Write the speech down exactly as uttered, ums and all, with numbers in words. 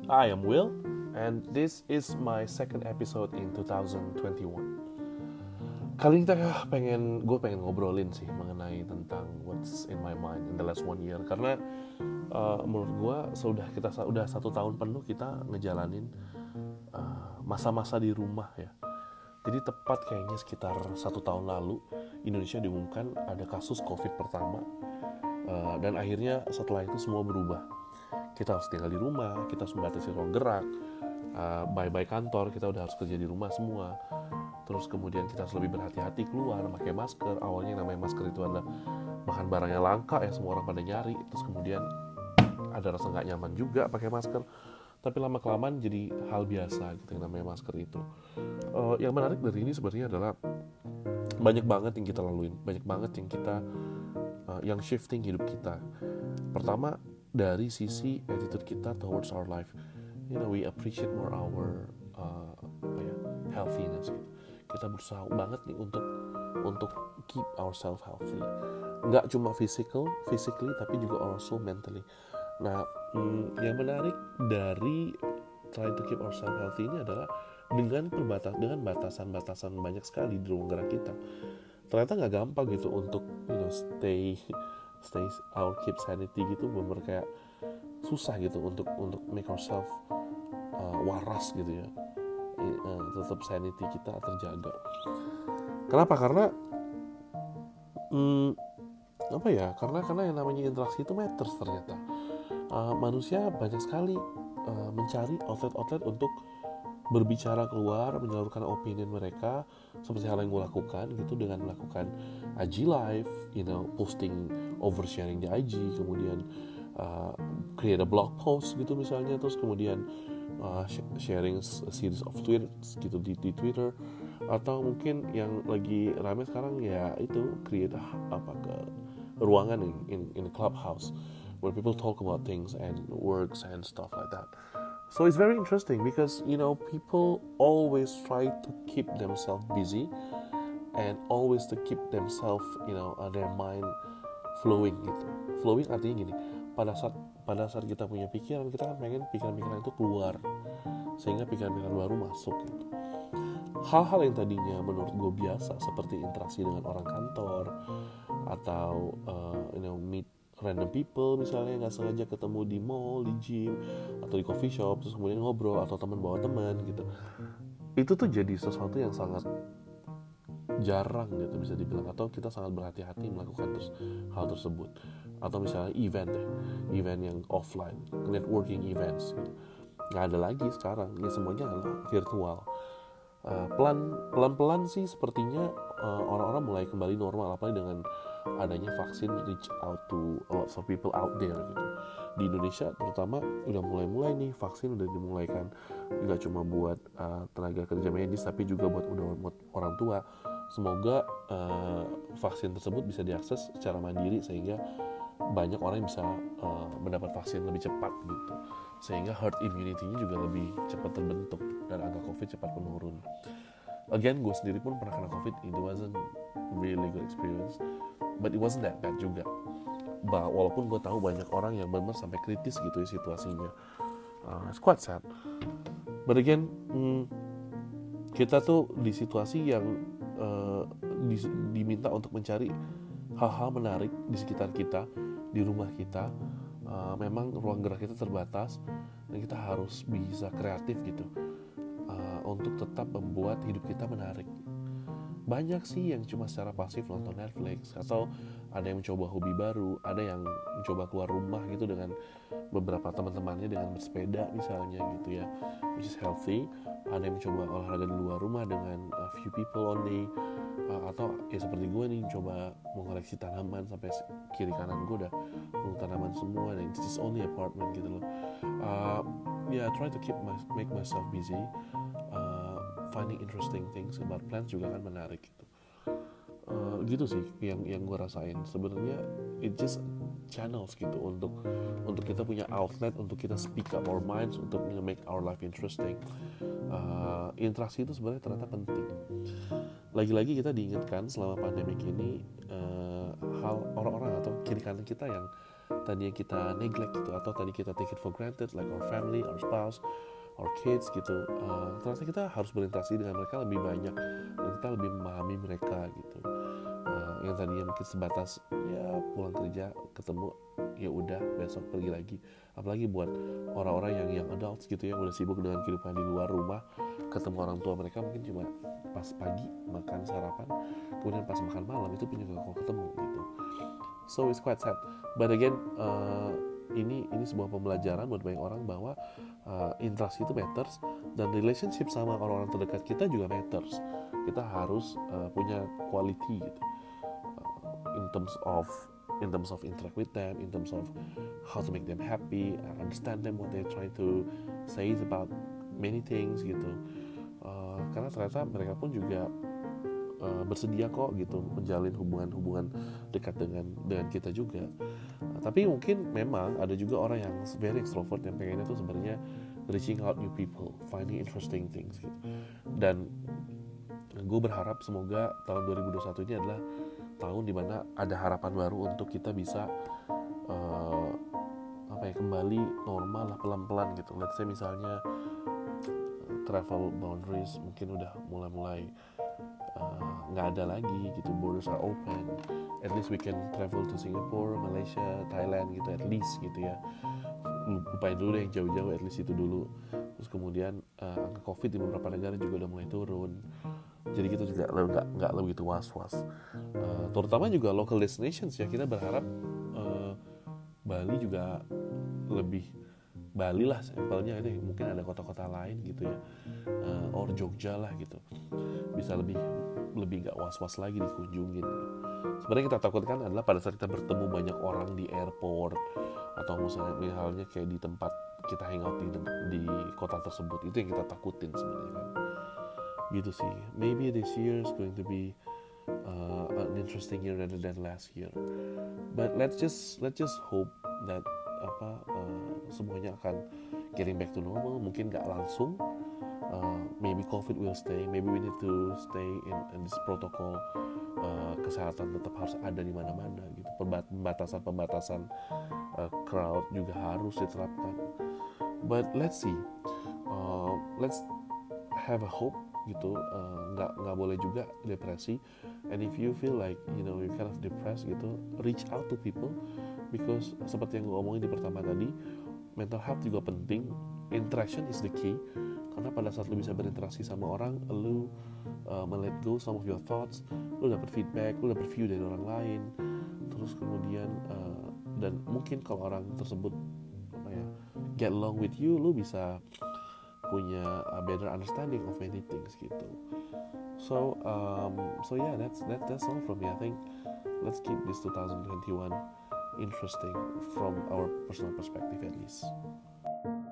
I am Will, and this is my second episode in twenty twenty-one. Kali ini kita pengen, gue pengen ngobrolin sih mengenai tentang what's in my mind in the last one year. Karena uh, menurut gue sudah kita sudah satu tahun penuh kita ngejalanin uh, masa-masa di rumah ya. Jadi tepat kayaknya sekitar satu tahun lalu Indonesia diumumkan ada kasus COVID pertama, uh, dan akhirnya setelah itu semua berubah. Kita harus tinggal di rumah, kita harus membatasi ruang gerak, uh, bye-bye kantor, kita udah harus kerja di rumah semua. Terus kemudian kita harus lebih berhati-hati keluar, pakai masker. Awalnya yang namanya masker itu adalah bahan barangnya langka ya, semua orang pada nyari. Terus kemudian ada rasa nggak nyaman juga pakai masker. Tapi lama-kelamaan jadi hal biasa gitu yang namanya masker itu. Uh, yang menarik dari ini sebenarnya adalah banyak banget yang kita laluin, banyak banget yang kita uh, yang shifting hidup kita. Pertama, dari sisi attitude kita towards our life, you know, we appreciate more our uh, apa ya, healthiness. Gitu. Kita berusaha banget nih untuk untuk keep ourselves healthy, nggak cuma physical, physically, tapi juga also mentally. Nah, hmm, yang menarik dari trying to keep ourselves healthy ini adalah dengan perbatas, dengan batasan-batasan banyak sekali di ruang gerak kita. Ternyata nggak gampang gitu untuk you know stay stay our keep sanity gitu, bener kayak susah gitu untuk untuk make ourselves uh, waras gitu ya, uh, tetap sanity kita terjaga. Kenapa? Karena hmm, apa ya? Karena karena yang namanya interaksi itu matters ternyata. Uh, manusia banyak sekali uh, mencari outlet-outlet untuk berbicara keluar, menyalurkan opinion mereka, seperti hal yang gue lakukan gitu dengan melakukan I G live, you know, posting, oversharing di I G, kemudian uh, create a blog post gitu misalnya, terus kemudian uh, sharing a series of tweets gitu di, di Twitter, atau mungkin yang lagi rame sekarang ya itu create a, apa ke ruangan in, in in Clubhouse where people talk about things and works and stuff like that. So it's very interesting because you know people always try to keep themselves busy and always to keep themselves you know uh, their mind flowing gitu. Flowing artinya gini, pada saat pada saat kita punya pikiran, kita kan pengen pikiran-pikiran itu keluar sehingga pikiran-pikiran baru masuk gitu. Hal-hal yang tadinya menurut gue biasa seperti interaksi dengan orang kantor atau uh, you know meet random people misalnya, nggak sengaja ketemu di mall, di gym, atau di coffee shop, terus kemudian ngobrol, atau teman bawa teman gitu, itu tuh jadi sesuatu yang sangat jarang gitu bisa dibilang, atau kita sangat berhati-hati melakukan terus hal tersebut. Atau misalnya event deh, event yang offline, networking events gitu. Nggak ada lagi sekarang, ya semuanya adalah virtual. Uh, pelan pelan-pelan sih sepertinya uh, orang-orang mulai kembali normal, apalagi dengan adanya vaksin reach out to a lot of people out there gitu. Di Indonesia terutama udah mulai-mulai nih vaksin udah dimulaikan, nggak cuma buat uh, tenaga kerja medis tapi juga buat udah buat orang tua. Semoga uh, vaksin tersebut bisa diakses secara mandiri sehingga banyak orang yang bisa uh, mendapat vaksin lebih cepat gitu, sehingga herd immunity-nya juga lebih cepat terbentuk dan angka COVID cepat menurun. Again, gue sendiri pun pernah kena COVID, it wasn't really good experience, but it wasn't that bad juga. Bah, walaupun gue tahu banyak orang yang benar sampai kritis gitu ya situasinya, uh, it's quite sad. But again, hmm, kita tuh di situasi yang uh, di, diminta untuk mencari hal-hal menarik di sekitar kita, di rumah kita. Uh, memang ruang gerak kita terbatas dan kita harus bisa kreatif gitu uh, untuk tetap membuat hidup kita menarik. Banyak sih yang cuma secara pasif nonton Netflix, atau ada yang mencoba hobi baru, ada yang mencoba keluar rumah gitu dengan beberapa teman-temannya dengan bersepeda misalnya gitu ya, which is healthy. Ada yang mencoba olahraga di luar rumah dengan a few people only, uh, atau ya seperti gue nih coba mengoleksi tanaman sampai kiri kanan gue udah penuh tanaman semua, dan it's just only apartment gitu loh. Uh, yeah, try to keep my, make myself busy. Uh, finding interesting things about plants juga kan menarik gitu. Uh, gitu sih yang yang gue rasain. Sebenarnya it just channels gitu untuk untuk kita punya outlet untuk kita speak up our minds, untuk you know, make our life interesting. Uh, interaksi itu sebenarnya ternyata penting. Lagi-lagi kita diingatkan selama pandemik ini uh, hal orang-orang atau kiri kanan kita yang tadinya kita neglect gitu, atau tadi kita take it for granted, like our family, our spouse, our kids gitu, uh, ternyata kita harus berinteraksi dengan mereka lebih banyak dan kita lebih memahami mereka gitu. Uh, yang tadinya mungkin sebatas ya pulang kerja ketemu ya udah besok pergi lagi, apalagi buat orang-orang yang yang adults gitu yang udah sibuk dengan kehidupan di luar rumah, ketemu orang tua mereka mungkin cuma pas pagi makan sarapan, kemudian pas makan malam itu pun juga kalau ketemu gitu. So it's quite sad, but again uh, ini ini sebuah pembelajaran buat banyak orang bahwa uh, interaksi itu matters, dan relationship sama orang-orang terdekat kita juga matters. Kita harus uh, punya quality gitu, uh, in terms of in terms of interact with them, in terms of how to make them happy, understand them what they're trying to say about many things gitu. Uh, karena ternyata mereka pun juga uh, bersedia kok gitu menjalin hubungan-hubungan dekat dengan dengan kita juga. Uh, tapi mungkin memang ada juga orang yang very extrovert yang pengennya tuh sebenarnya reaching out new people, finding interesting things gitu. Dan gue berharap semoga tahun dua ribu dua puluh satu ini adalah tahun dimana ada harapan baru untuk kita bisa uh, apa ya kembali normal lah pelan-pelan gitu. Let's say misalnya uh, travel boundaries mungkin udah mulai-mulai nggak uh, ada lagi gitu, borders are open, at least we can travel to Singapore, Malaysia, Thailand gitu at least gitu ya. Lupain dulu deh yang jauh-jauh, at least itu dulu. Terus kemudian uh, angka COVID di beberapa negara juga udah mulai turun. Jadi kita juga nggak nggak begitu was-was. Uh, terutama juga local destinations ya, kita berharap uh, Bali juga lebih Bali lah sampelnya ini, mungkin ada kota-kota lain gitu ya, uh, or Jogja lah gitu, bisa lebih lebih nggak was-was lagi dikunjungin. Sebenarnya kita takutkan adalah pada saat kita bertemu banyak orang di airport atau misalnya misalnya kayak di tempat kita hangout di, di kota tersebut, itu yang kita takutin sebenarnya kan. Gitu sih. Maybe this year is going to be uh, an interesting year rather than last year. But let's just let's just hope that apa uh, semuanya akan getting back to normal. Mungkin nggak langsung. Uh, maybe COVID will stay. Maybe we need to stay in, in this protocol. Uh, kesehatan tetap harus ada di mana-mana gitu. Pembatasan-pembatasan uh, crowd juga harus diterapkan. But let's see. Uh, let's have a hope gitu, uh, nggak nggak boleh juga depresi. And if you feel like you know you kind of depressed gitu, reach out to people, because seperti yang gue omongin di pertama tadi, mental health juga penting. Interaction is the key, karena pada saat lu bisa berinteraksi sama orang, lu uh, let go some of your thoughts, lu dapat feedback, lu dapat view dari orang lain, terus kemudian uh, dan mungkin kalau orang tersebut apa ya get along with you, lu bisa punya a better understanding of many things gitu. So um, so yeah, that's that that's all from me. I think let's keep this two thousand twenty-one interesting from our personal perspective at least.